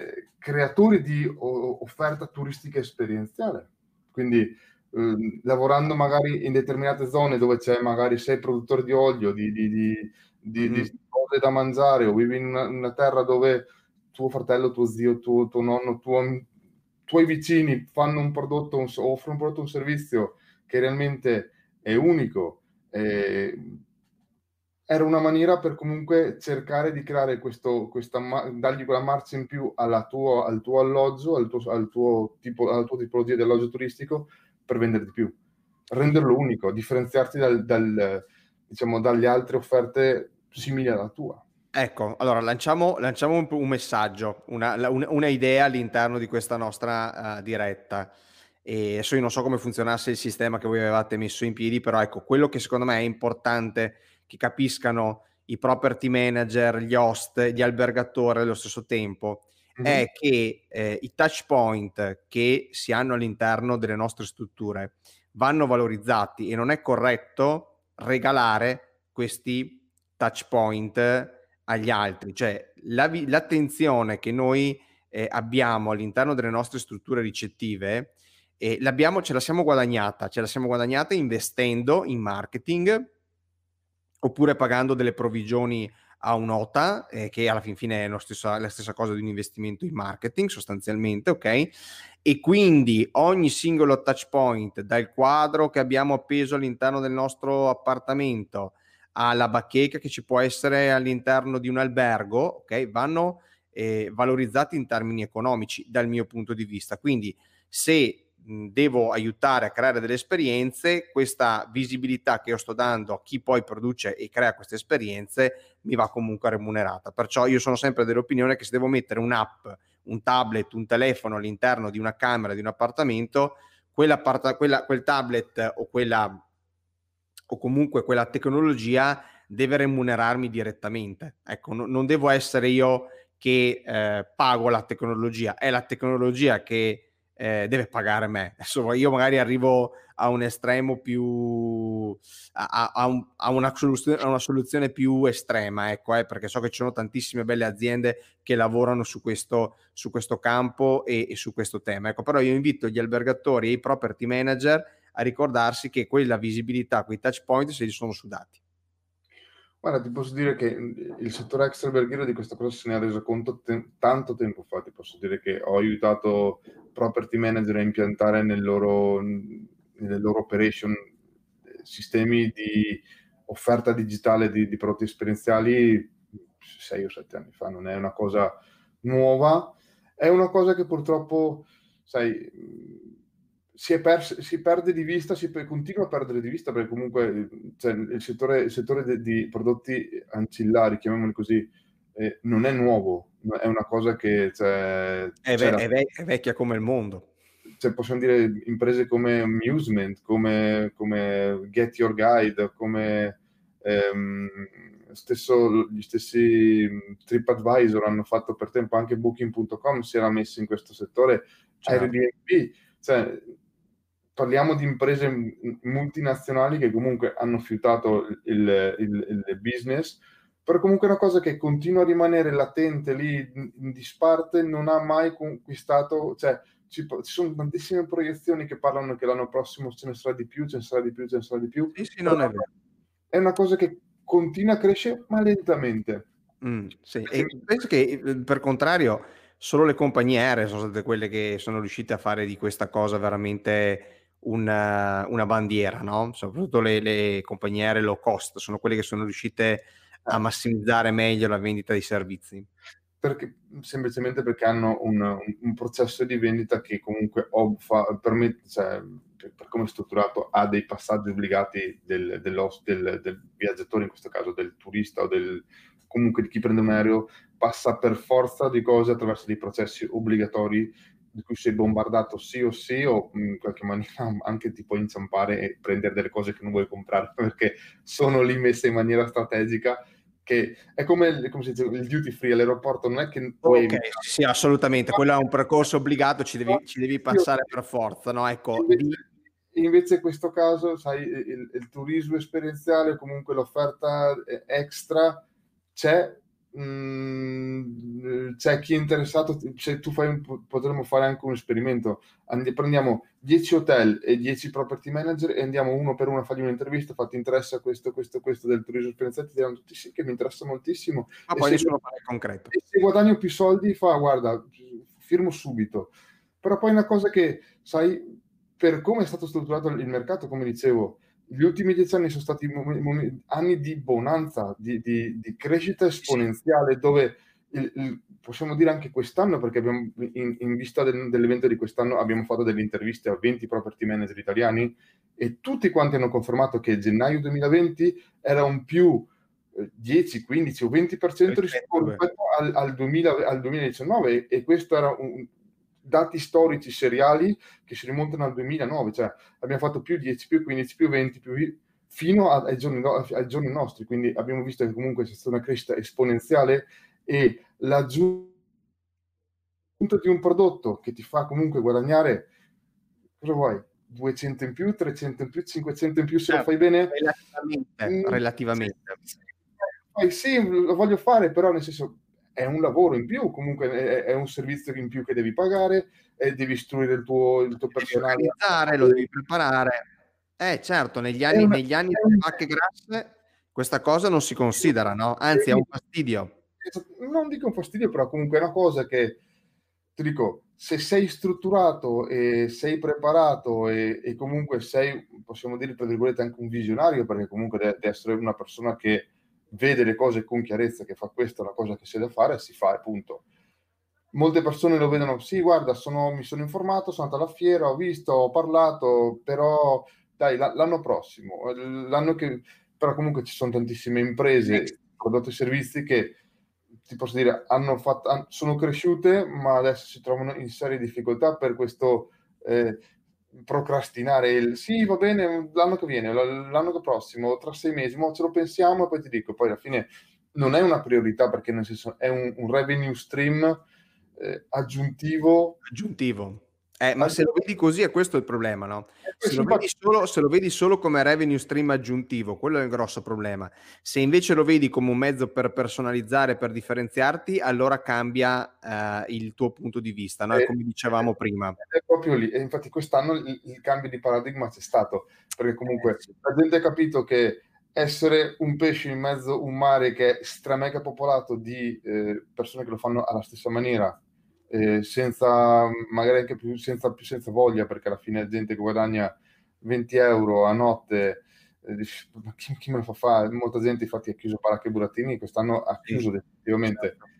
creatori di o offerta turistica esperienziale. Quindi, uhm, lavorando magari in determinate zone dove c'è magari sei produttore di olio, di di di di Mh-mh. di cose da mangiare, o vivi in una una terra dove tuo fratello, tuo zio, tuo tuo nonno, tuo m tuoi vicini fanno un prodotto, un s offrono un prodotto, un servizio che realmente è unico, ehm, era una maniera per comunque cercare di creare questo questa ma dargli quella marcia in più alla tuo al tuo alloggio, al tuo s al tuo tipo alla tua tipologia di alloggio turistico, per vendere di più. Renderlo unico, differenziarti dal dal diciamo, dalle altre offerte simili alla tua. Ecco, allora lanciamo lanciamo un p un messaggio, una la un una idea all'interno di questa nostra, uhm, diretta. Ehm, adesso io non so come funzionasse il sistema che voi avevate messo in piedi, però ecco, quello che secondo me è importante che capiscano i property manager, gli host, gli albergatori allo stesso tempo, Mh-mh. è che, ehm, i touch point che si hanno all'interno delle nostre strutture vanno valorizzati e non è corretto regalare questi touch point agli altri. Cioè la vi l'attenzione che noi, ehm, abbiamo all'interno delle nostre strutture ricettive, ehm, l'abbiamo ce la siamo guadagnata, ce la siamo guadagnata investendo in marketing oppure pagando delle provvigioni a un'ota, ehm, che alla fin fine è lo stessa la stessa cosa di un investimento in marketing sostanzialmente, okay, e quindi ogni singolo touch point, dal quadro che abbiamo appeso all'interno del nostro appartamento, alla bacheca che ci può essere all'interno di un albergo, okay, vanno, ehm, valorizzati in termini economici dal mio punto di vista. Quindi se mh, devo aiutare a creare delle esperienze, questa visibilità che io sto dando a chi poi produce e crea queste esperienze mi va comunque remunerata. Perciò io sono sempre dell'opinione che se devo mettere un'app, un tablet, un telefono all'interno di una camera, di un appartamento, quell'apparta- quella, quel tablet o quella o comunque quella tecnologia deve remunerarmi direttamente. Ecco, no, non devo essere io che eh, pago la tecnologia, è la tecnologia che eh, deve pagare me. Adesso io magari arrivo a un estremo più a, a- a un- a una, soluzione, a una soluzione più estrema, ecco, eh, perché so che ci sono tantissime belle aziende che lavorano su questo, su questo campo e, e su questo tema. Ecco, però io invito gli albergatori e i property manager a ricordarsi che quella visibilità, quei touch point se li sono sudati. Guarda, ti posso dire che, mhmm, il settore extraalberghiero di questa cosa se ne è reso conto te tanto tempo fa. Ti posso dire che ho aiutato property manager a impiantare nel loro mhmm, nelle loro operation, ehm, sistemi di offerta digitale di di prodotti esperienziali sei o sette anni fa. Non è una cosa nuova, è una cosa che purtroppo, sai, mhmm, si è pers si perde di vista, si pe continua a perdere di vista, perché comunque, mhmm, cioè il settore il settore de di prodotti ancillari, chiamiamoli così, ehm, non è nuovo, ma è una cosa che cioè È, c'è ve- da è ve- è vecchia come il mondo. cioè possiamo dire imprese come Amusement, come come Get Your Guide, come, ehm, stesso l gli stessi, mhmm, TripAdvisor hanno fatto per tempo, anche Booking punto com si era messo in questo settore, Certo. Airbnb, cioè parliamo di imprese m multinazionali che comunque hanno fiutato il il il business, però comunque è una cosa che continua a rimanere latente lì in in disparte, non ha mai conquistato, cioè ci po ci son tantissime proiezioni che parlano che l'anno prossimo ce ne sarà di più, ce ne sarà di più, ce ne sarà di più, Sì, sì, però non è vero. è una cosa che continua a crescere, ma lentamente. Mh, sì. Perché E penso che, uhm, per contrario, solo le compagnie aeree sono state quelle che sono riuscite a fare di questa cosa veramente un una bandiera, no, soprattutto le le compagnie aeree low cost, sono quelle che sono riuscite a eh. massimizzare meglio la vendita dei servizi. Perché mhmm, semplicemente perché hanno un un un processo di vendita che comunque ob fa permette, cioè, per per come è strutturato, ha dei passaggi obbligati del dell'hos del del viaggiatore, in questo caso del turista o del comunque di chi prende un aereo, passa per forza di cose attraverso dei processi obbligatori di cui sei bombardato sì o sì, o in qualche maniera anche ti puoi inciampare e prendere delle cose che non vuoi comprare perché sono lì messe in maniera strategica, che è come il come si dice, il duty free all'aeroporto, non è che puoi Okay, evitare. sì, sì, assolutamente. Quello è un percorso obbligato, ci devi ci devi passare per forza, no, ecco, Invece di invece in questo caso, sai, i il il turismo esperienziale, comunque l'offerta e extra c'è, mhmm, c'è chi è interessato, se tu fai, potremmo fare anche un esperimento, And- prendiamo dieci hotel e dieci property manager e andiamo uno per uno a fargli un'intervista, fatti interessa questo, questo, questo del turismo esperienziale, ti diranno tutti sì, che mi interessa moltissimo, Ma e poi se, nessuno fa nel concreto. e se guadagno più soldi fa, guarda, firmo subito. Però poi una cosa che, sai, per come è stato strutturato il mercato, come dicevo, gli ultimi dieci anni sono stati mom- mom- anni di bonanza, di, di- di crescita esponenziale, dove il- il- possiamo dire anche quest'anno, perché abbiamo, in, in vista del- dell'evento di quest'anno abbiamo fatto delle interviste a venti property manager italiani e tutti quanti hanno confermato che gennaio duemilaventi era un più eh, dieci, quindici o venti per cento Rispetto, rispetto al, al duemila al duemiladiciannove, e questo era un, dati storici seriali che si rimontano al duemilanove, cioè abbiamo fatto più dieci, più quindici, più venti, più fino a- ai, giorni, no- ai giorni nostri, quindi abbiamo visto che comunque c'è stata una crescita esponenziale, e l'aggiunta di un prodotto che ti fa comunque guadagnare, cosa vuoi? duecento in più, trecento in più, cinquecento in più se lo certo, fai bene? relativamente, Mm, sì, relativamente. sì, poi sì, lo voglio fare, però nel senso è un lavoro in più, comunque è, è un servizio in più che devi pagare, e devi istruire il tuo, il tuo Ti devi personale. organizzare, lo devi preparare. Eh certo, negli È anni, una- negli anni è delle un- vacche grasse questa cosa non si considera, no? Anzi, è Sì, un fastidio. non dico un fastidio, però comunque è una cosa che, ti dico, se sei strutturato e sei preparato e, e comunque sei, possiamo dire, tra virgolette, anche un visionario, perché comunque deve, deve essere una persona che vede le cose con chiarezza, che fa questa è la cosa che si deve fare, si fa e punto. Molte persone lo vedono, sì, guarda, sono, mi sono informato, sono andato alla fiera, ho visto, ho parlato, però dai, la- l'anno prossimo, l'anno che, però comunque ci sono tantissime Next. imprese, prodotti e servizi che, ti posso dire, hanno fatto, han- sono cresciute, ma adesso si trovano in serie difficoltà per questo eh, procrastinare il sì, va bene, l'anno che viene, l- l'anno che prossimo, tra sei mesi, ma ce lo pensiamo e poi ti dico, poi alla fine non è una priorità, perché nel senso è un, un revenue stream eh, aggiuntivo. Aggiuntivo. Eh, ma se lo aggiuntivo vedi così è questo il problema, no? e Se questo lo vedi infatti solo, se lo vedi solo come revenue stream aggiuntivo, quello è il grosso problema. Se invece lo vedi come un mezzo per personalizzare, per differenziarti, allora cambia eh, il tuo punto di vista, no? è, È come è- dicevamo prima. è proprio lì. E infatti quest'anno il, il cambio di paradigma c'è stato, perché Eh, comunque sì. la gente ha capito che essere un pesce in mezzo a un mare che è stramega popolato di eh, persone che lo fanno alla stessa maniera, eh, senza magari anche più senza, più senza voglia, perché alla fine è gente che guadagna venti euro a notte. eh, dici, ma chi, chi me lo fa fare? Molta gente infatti ha chiuso Paracche e Burattini, quest'anno ha Sì, chiuso definitivamente. certo.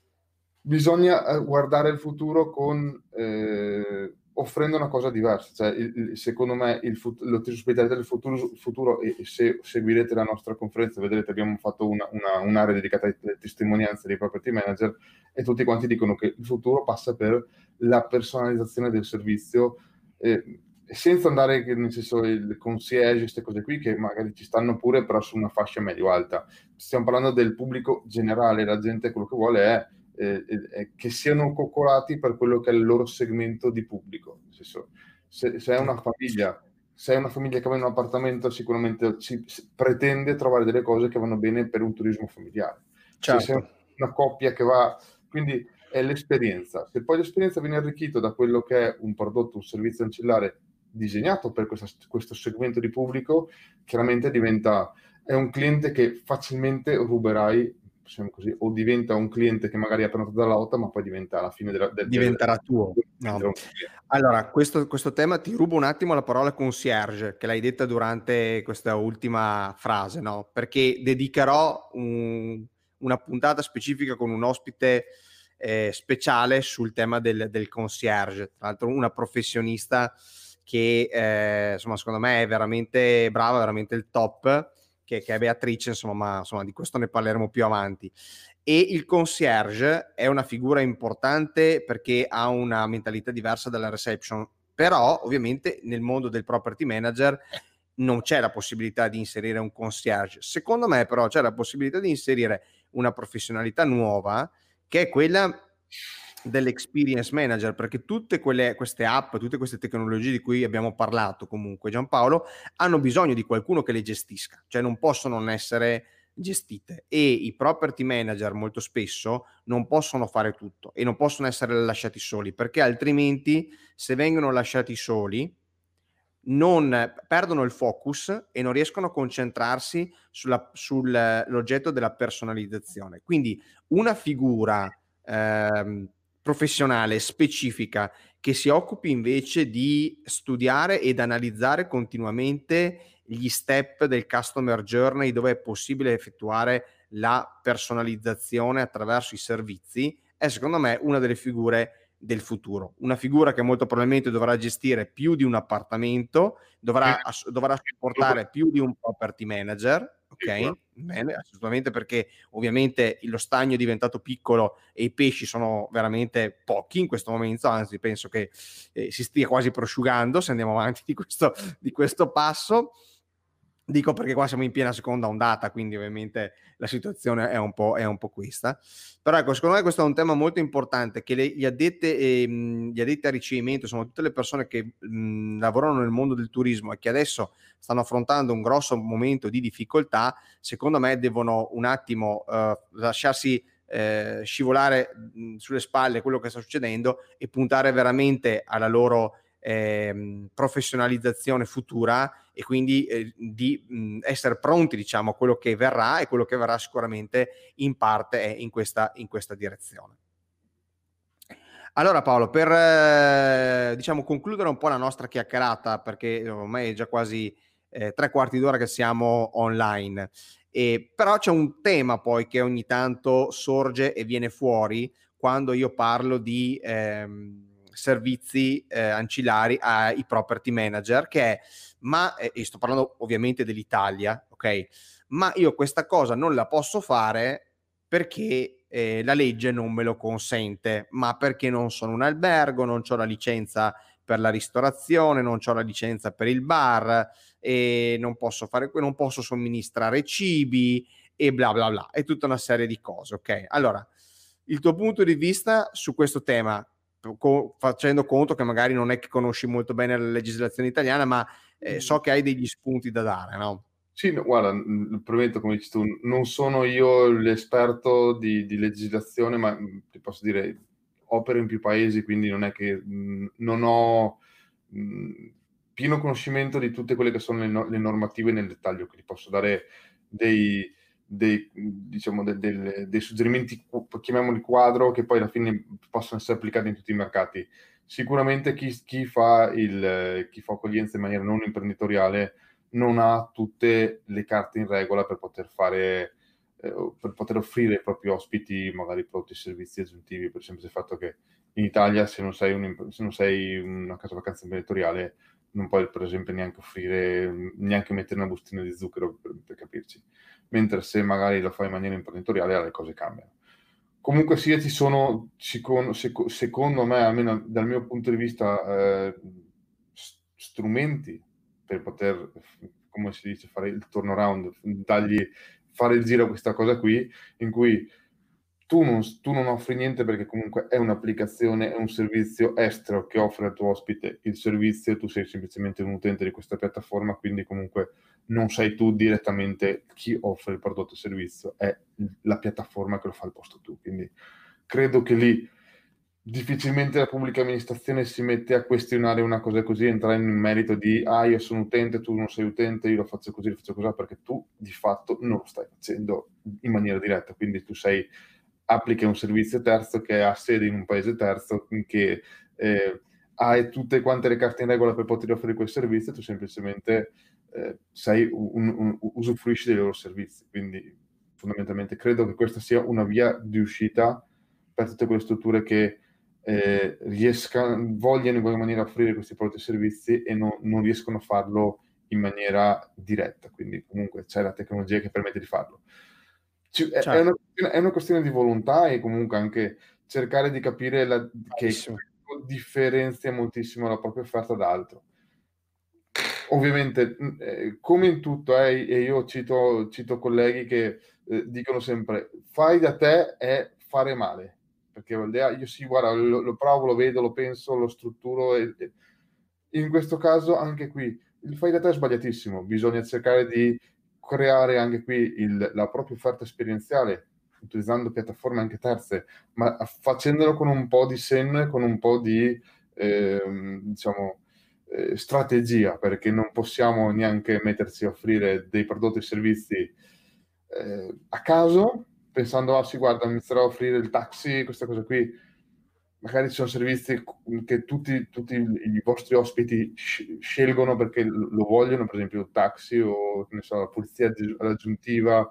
Bisogna eh, guardare il futuro con, eh, offrendo una cosa diversa. Cioè, il- il- secondo me il fut- l'ospitalità del futuro, futuro e, e se seguirete la nostra conferenza vedrete abbiamo fatto una- una- un'area dedicata alle testimonianze dei property manager, e tutti quanti dicono che il futuro passa per la personalizzazione del servizio, eh, senza andare, che nel senso, il concierge, queste cose qui che magari ci stanno pure, però su una fascia medio-alta. Stiamo parlando del pubblico generale, la gente quello che vuole è eh, eh, che siano coccolati per quello che è il loro segmento di pubblico. Nel senso, se, se è una Ecco. famiglia, se è una famiglia che va in un appartamento, sicuramente si, si pretende trovare delle cose che vanno bene per un turismo familiare. Se sei Certo. una coppia che va, quindi è l'esperienza. Se poi l'esperienza viene arricchita da quello che è un prodotto, un servizio ancillare disegnato per questa, questo segmento di pubblico, chiaramente diventa, è un cliente che facilmente ruberai, possiamo così, o diventa un cliente che magari ha prenotato dalla lotta, ma poi diventa alla fine della, del, del, Diventerà tuo. diventerà No. un cliente. Allora, questo, questo tema ti rubo un attimo la parola concierge, che l'hai detta durante questa ultima frase, no? Perché dedicherò un- una puntata specifica con un ospite eh, speciale sul tema del, del concierge, tra l'altro una professionista che eh, insomma secondo me è veramente brava, veramente il top, che, che è Beatrice, insomma, ma insomma di questo ne parleremo più avanti. E il concierge è una figura importante perché ha una mentalità diversa dalla reception, però ovviamente nel mondo del property manager non c'è la possibilità di inserire un concierge. Secondo me però c'è la possibilità di inserire una professionalità nuova, che è quella dell'experience manager, perché tutte quelle, queste app, tutte queste tecnologie di cui abbiamo parlato comunque, Giampaolo, hanno bisogno di qualcuno che le gestisca, cioè non possono non essere gestite, e i property manager molto spesso non possono fare tutto e non possono essere lasciati soli, perché altrimenti, se vengono lasciati soli, non perdono il focus e non riescono a concentrarsi sulla sull'oggetto della personalizzazione. Quindi una figura ehm, professionale specifica che si occupi invece di studiare ed analizzare continuamente gli step del customer journey, dove è possibile effettuare la personalizzazione attraverso i servizi, è secondo me una delle figure del futuro. Una figura che molto probabilmente dovrà gestire più di un appartamento, dovrà, ass- dovrà supportare più di un property manager, ok? Bene, assolutamente, perché ovviamente lo stagno è diventato piccolo e i pesci sono veramente pochi in questo momento, anzi penso che eh, si stia quasi prosciugando se andiamo avanti di questo, di questo passo. Dico perché qua siamo in piena seconda ondata, quindi ovviamente la situazione è un po', è un po' questa. Però ecco, secondo me questo è un tema molto importante, che le, gli, addette, eh, gli addetti a ricevimento, sono tutte le persone che mh, lavorano nel mondo del turismo e che adesso stanno affrontando un grosso momento di difficoltà, secondo me devono un attimo eh, lasciarsi eh, scivolare mh, sulle spalle quello che sta succedendo e puntare veramente alla loro ehm, professionalizzazione futura, e quindi eh, di mh, essere pronti, diciamo, a quello che verrà, e quello che verrà sicuramente in parte è in questa, in questa direzione. Allora Paolo, per eh, diciamo concludere un po' la nostra chiacchierata, perché ormai è già quasi eh, tre quarti d'ora che siamo online, e, però c'è un tema poi che ogni tanto sorge e viene fuori quando io parlo di ehm, servizi eh, ancillari ai property manager, che è, ma, e sto parlando ovviamente dell'Italia, ok? Ma io questa cosa non la posso fare perché eh, la legge non me lo consente, ma perché non sono un albergo, non ho la licenza per la ristorazione, non ho la licenza per il bar, e non posso fare, non posso somministrare cibi e bla bla bla, e tutta una serie di cose, ok? Allora, il tuo punto di vista su questo tema, co- facendo conto che magari non è che conosci molto bene la legislazione italiana, ma eh, so che hai degli spunti da dare, no? Sì, no, guarda, mh, prometto, come dici tu, non sono io l'esperto di, di legislazione, ma mh, ti posso dire, opero in più paesi, quindi non è che mh, non ho mh, pieno conoscimento di tutte quelle che sono le, no- le normative nel dettaglio, quindi posso dare dei, dei, diciamo, de- del- dei suggerimenti, qu- chiamiamoli quadro, che poi alla fine possono essere applicati in tutti i mercati. Sicuramente chi, chi fa il, chi fa accoglienza in maniera non imprenditoriale non ha tutte le carte in regola per poter fare, eh, per poter offrire ai propri ospiti magari prodotti e servizi aggiuntivi, per il semplice fatto che in Italia, se non sei, un, se non sei una casa vacanza imprenditoriale, non puoi per esempio neanche offrire, neanche mettere una bustina di zucchero, per, per capirci. Mentre se magari lo fai in maniera imprenditoriale, le cose cambiano. Comunque sia, ci sono, secondo, secondo me, almeno dal mio punto di vista, eh, strumenti per poter, come si dice, fare il turnaround, dargli, fare il giro a questa cosa qui, in cui tu non, tu non offri niente, perché comunque è un'applicazione, è un servizio estero che offre al tuo ospite il servizio, tu sei semplicemente un utente di questa piattaforma, quindi comunque non sei tu direttamente chi offre il prodotto o servizio, è la piattaforma che lo fa al posto tu. Quindi credo che lì difficilmente la pubblica amministrazione si mette a questionare una cosa così, entrare in merito di ah, io sono utente, tu non sei utente, io lo faccio così, lo faccio così, perché tu di fatto non lo stai facendo in maniera diretta, quindi tu sei, applichi un servizio terzo che ha sede in un paese terzo, che eh, hai tutte quante le carte in regola per poter offrire quel servizio, tu semplicemente eh, sei un, un, usufruisci dei loro servizi. Quindi fondamentalmente credo che questa sia una via di uscita per tutte quelle strutture che eh, riescano, vogliono in qualche maniera offrire questi prodotti e servizi e no, non riescono a farlo in maniera diretta, quindi comunque c'è la tecnologia che permette di farlo. Ci- è, è Certo, una, è una questione di volontà e comunque anche cercare di capire la- che bravissimo. differenzia moltissimo la propria offerta da altro. Ovviamente, mh, eh, come in tutto, eh, e io cito, cito colleghi che eh, dicono sempre, fai da te è fare male, perché io sì, guarda, lo, lo provo, lo vedo, lo penso, lo strutturo, e, e in questo caso anche qui, il fai da te è sbagliatissimo, bisogna cercare di creare anche qui il, la propria offerta esperienziale, utilizzando piattaforme anche terze, ma facendolo con un po' di senno e con un po' di, ehm, diciamo, eh, strategia, perché non possiamo neanche metterci a offrire dei prodotti e servizi eh, a caso, pensando, ah sì, guarda, inizierò a offrire il taxi, questa cosa qui. Magari ci sono servizi che tutti, tutti i vostri ospiti scelgono perché lo vogliono, per esempio il taxi o ne so, la polizia aggiuntiva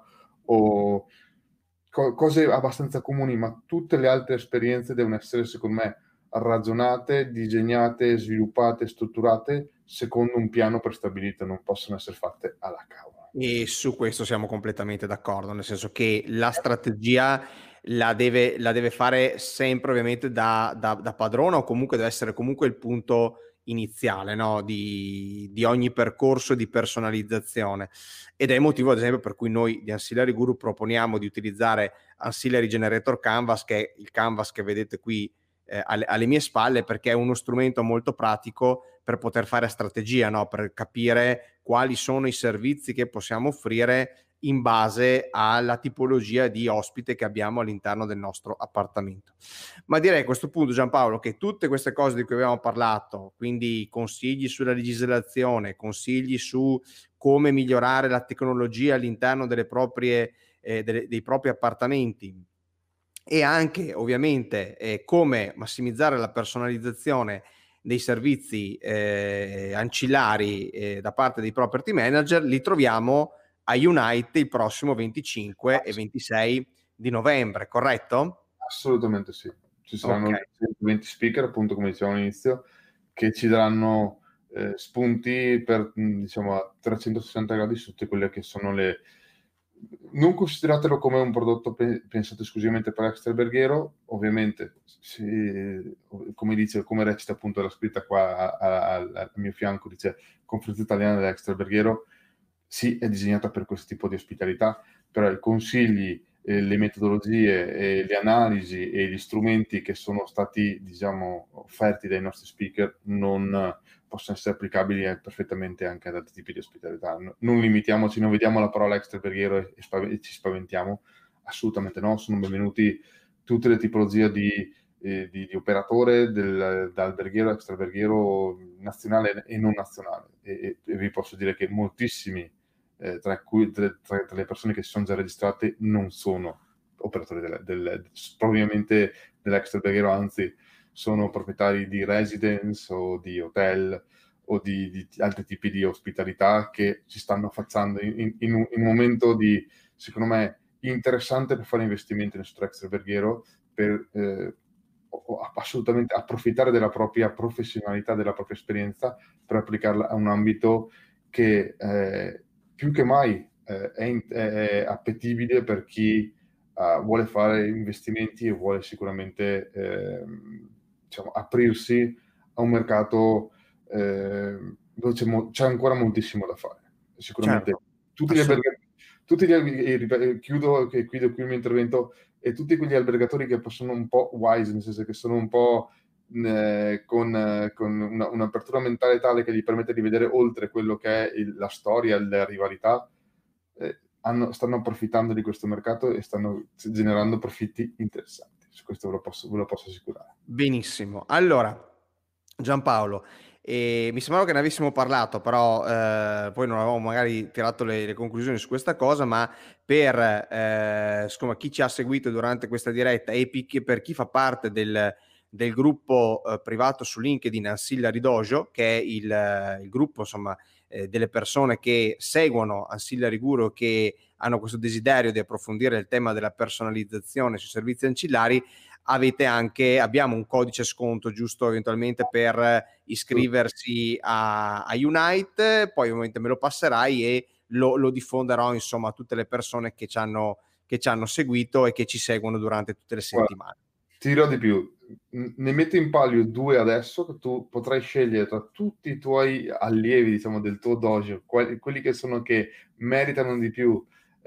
o co- cose abbastanza comuni, ma tutte le altre esperienze devono essere, secondo me, ragionate, disegnate, sviluppate, strutturate secondo un piano prestabilito, non possono essere fatte alla cavola. E su questo siamo completamente d'accordo, nel senso che la strategia la deve, la deve fare sempre ovviamente da, da, da padrona, o comunque deve essere comunque il punto iniziale, no? di, di ogni percorso di personalizzazione. Ed è il motivo, ad esempio, per cui noi di Ancillary Guru proponiamo di utilizzare Ancillary Generator Canvas, che è il canvas che vedete qui eh, alle, alle mie spalle, perché è uno strumento molto pratico per poter fare strategia, no? Per capire quali sono i servizi che possiamo offrire in base alla tipologia di ospite che abbiamo all'interno del nostro appartamento. Ma direi a questo punto, Giampaolo, che tutte queste cose di cui abbiamo parlato, quindi consigli sulla legislazione, consigli su come migliorare la tecnologia all'interno delle proprie, eh, delle, dei propri appartamenti, e anche ovviamente eh, come massimizzare la personalizzazione dei servizi eh, ancillari eh, da parte dei property manager, li troviamo a Unite il prossimo venticinque e ventisei di novembre, corretto? Assolutamente sì. Ci Ok. saranno venti speaker, appunto, come dicevamo all'inizio, che ci daranno eh, spunti per, diciamo, a trecentosessanta gradi su tutte quelle che sono le... Non consideratelo come un prodotto pe- pensato esclusivamente per l'extraalberghiero, ovviamente, se, come dice, come recita appunto la scritta qua a, a, a, al mio fianco, dice Conferenza Italiana dell'Extraalberghiero, sì, è disegnata per questo tipo di ospitalità, però i consigli, eh, le metodologie, eh, le analisi e gli strumenti che sono stati, diciamo, offerti dai nostri speaker non eh, possono essere applicabili eh, perfettamente anche ad altri tipi di ospitalità. No- non limitiamoci, non vediamo la parola extraverghiero e, e spav- e ci spaventiamo, assolutamente no, sono benvenuti tutte le tipologie di, eh, di, di operatore, del, da alberghiero, extraverghiero, nazionale e non nazionale. E, e- e vi posso dire che moltissimi eh, tra, cui, tra, tra, tra le persone che si sono già registrate non sono operatori del, del, probabilmente dell'extraverghiero, anzi sono proprietari di residence o di hotel o di, di altri tipi di ospitalità che ci stanno affacciando in, in, un, in un momento di, secondo me, interessante per fare investimenti nel settore extraverghiero, per eh, assolutamente approfittare della propria professionalità, della propria esperienza per applicarla a un ambito che eh, più che mai eh, è, in, è appetibile per chi uh, vuole fare investimenti e vuole sicuramente eh, diciamo, aprirsi a un mercato eh, dove c'è, mo- c'è ancora moltissimo da fare. Sicuramente Certo, tutti gli assolutamente. albergatori, tutti gli, albergatori, chiudo, che chiudo qui il mio intervento, e tutti quegli albergatori che sono un po' wise, nel senso che sono un po' eh, con, eh, con una, un'apertura mentale tale che gli permette di vedere oltre quello che è il, la storia, la rivalità, eh, hanno, stanno approfittando di questo mercato e stanno generando profitti interessanti. Su questo ve lo posso, ve lo posso assicurare. Benissimo. Allora, Giampaolo, eh, mi sembrava che ne avessimo parlato, però eh, poi non avevamo magari tirato le, le conclusioni su questa cosa, ma per eh, siccome chi ci ha seguito durante questa diretta e pi- per chi fa parte del, del gruppo eh, privato su LinkedIn Ancillary Dojo, che è il, eh, il gruppo insomma eh, delle persone che seguono Ancillary Guru, che hanno questo desiderio di approfondire il tema della personalizzazione sui servizi ancillari, avete anche, abbiamo un codice sconto giusto eventualmente per iscriversi a, a Unite, poi ovviamente me lo passerai e lo, lo diffonderò insomma a tutte le persone che ci hanno, che ci hanno seguito e che ci seguono durante tutte le Guarda, settimane. ti dirò di più, ne metto in palio due adesso, che tu potrai scegliere tra tutti i tuoi allievi, diciamo, del tuo dojo, quelli, quelli che sono che meritano di più.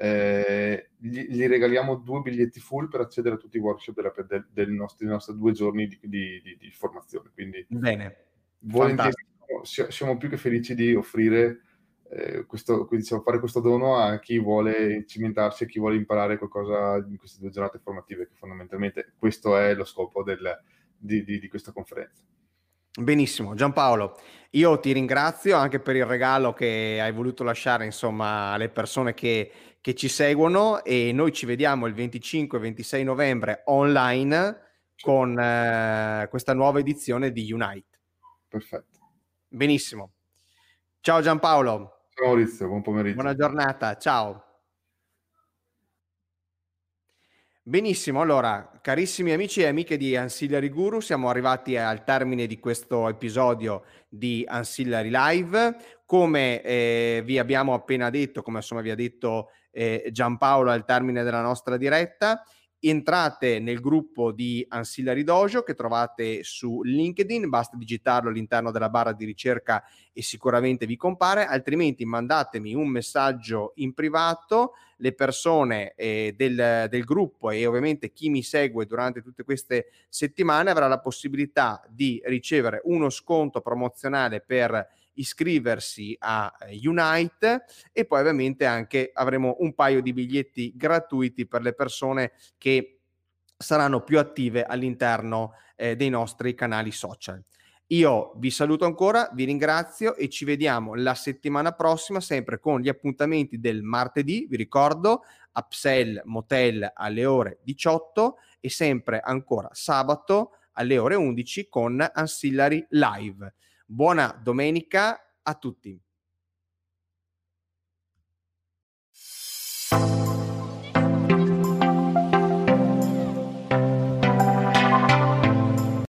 Eh, gli, gli regaliamo due biglietti full per accedere a tutti i workshop della, del, del nostri, dei nostri due giorni di, di, di, di formazione. Quindi Bene, volentieri fantastico. siamo, siamo più che felici di offrire eh, questo, quindi diciamo, fare questo dono a chi vuole cimentarsi e chi vuole imparare qualcosa in queste due giornate formative, che fondamentalmente questo è lo scopo del, di, di, di questa conferenza. Benissimo, Giampaolo, io ti ringrazio anche per il regalo che hai voluto lasciare, insomma, alle persone che, che ci seguono, e noi ci vediamo il venticinque e ventisei novembre online con eh, questa nuova edizione di Unite. Perfetto. Benissimo. Ciao Giampaolo. Ciao Maurizio, buon pomeriggio. Buona giornata, ciao. Benissimo, allora, carissimi amici e amiche di Ancillary Guru, siamo arrivati al termine di questo episodio di Ancillary Live. Come eh, vi abbiamo appena detto, come insomma vi ha detto eh, Giampaolo al termine della nostra diretta, entrate nel gruppo di Ancillary Dojo che trovate su LinkedIn, basta digitarlo all'interno della barra di ricerca e sicuramente vi compare, altrimenti mandatemi un messaggio in privato. Le persone eh, del, del gruppo e ovviamente chi mi segue durante tutte queste settimane avrà la possibilità di ricevere uno sconto promozionale per iscriversi a Unite, e poi ovviamente anche avremo un paio di biglietti gratuiti per le persone che saranno più attive all'interno eh, dei nostri canali social. Io vi saluto ancora, vi ringrazio e ci vediamo la settimana prossima, sempre con gli appuntamenti del martedì, vi ricordo, Upsell Motel alle ore diciotto, e sempre ancora sabato alle ore undici con Ancillary Live. Buona domenica a tutti.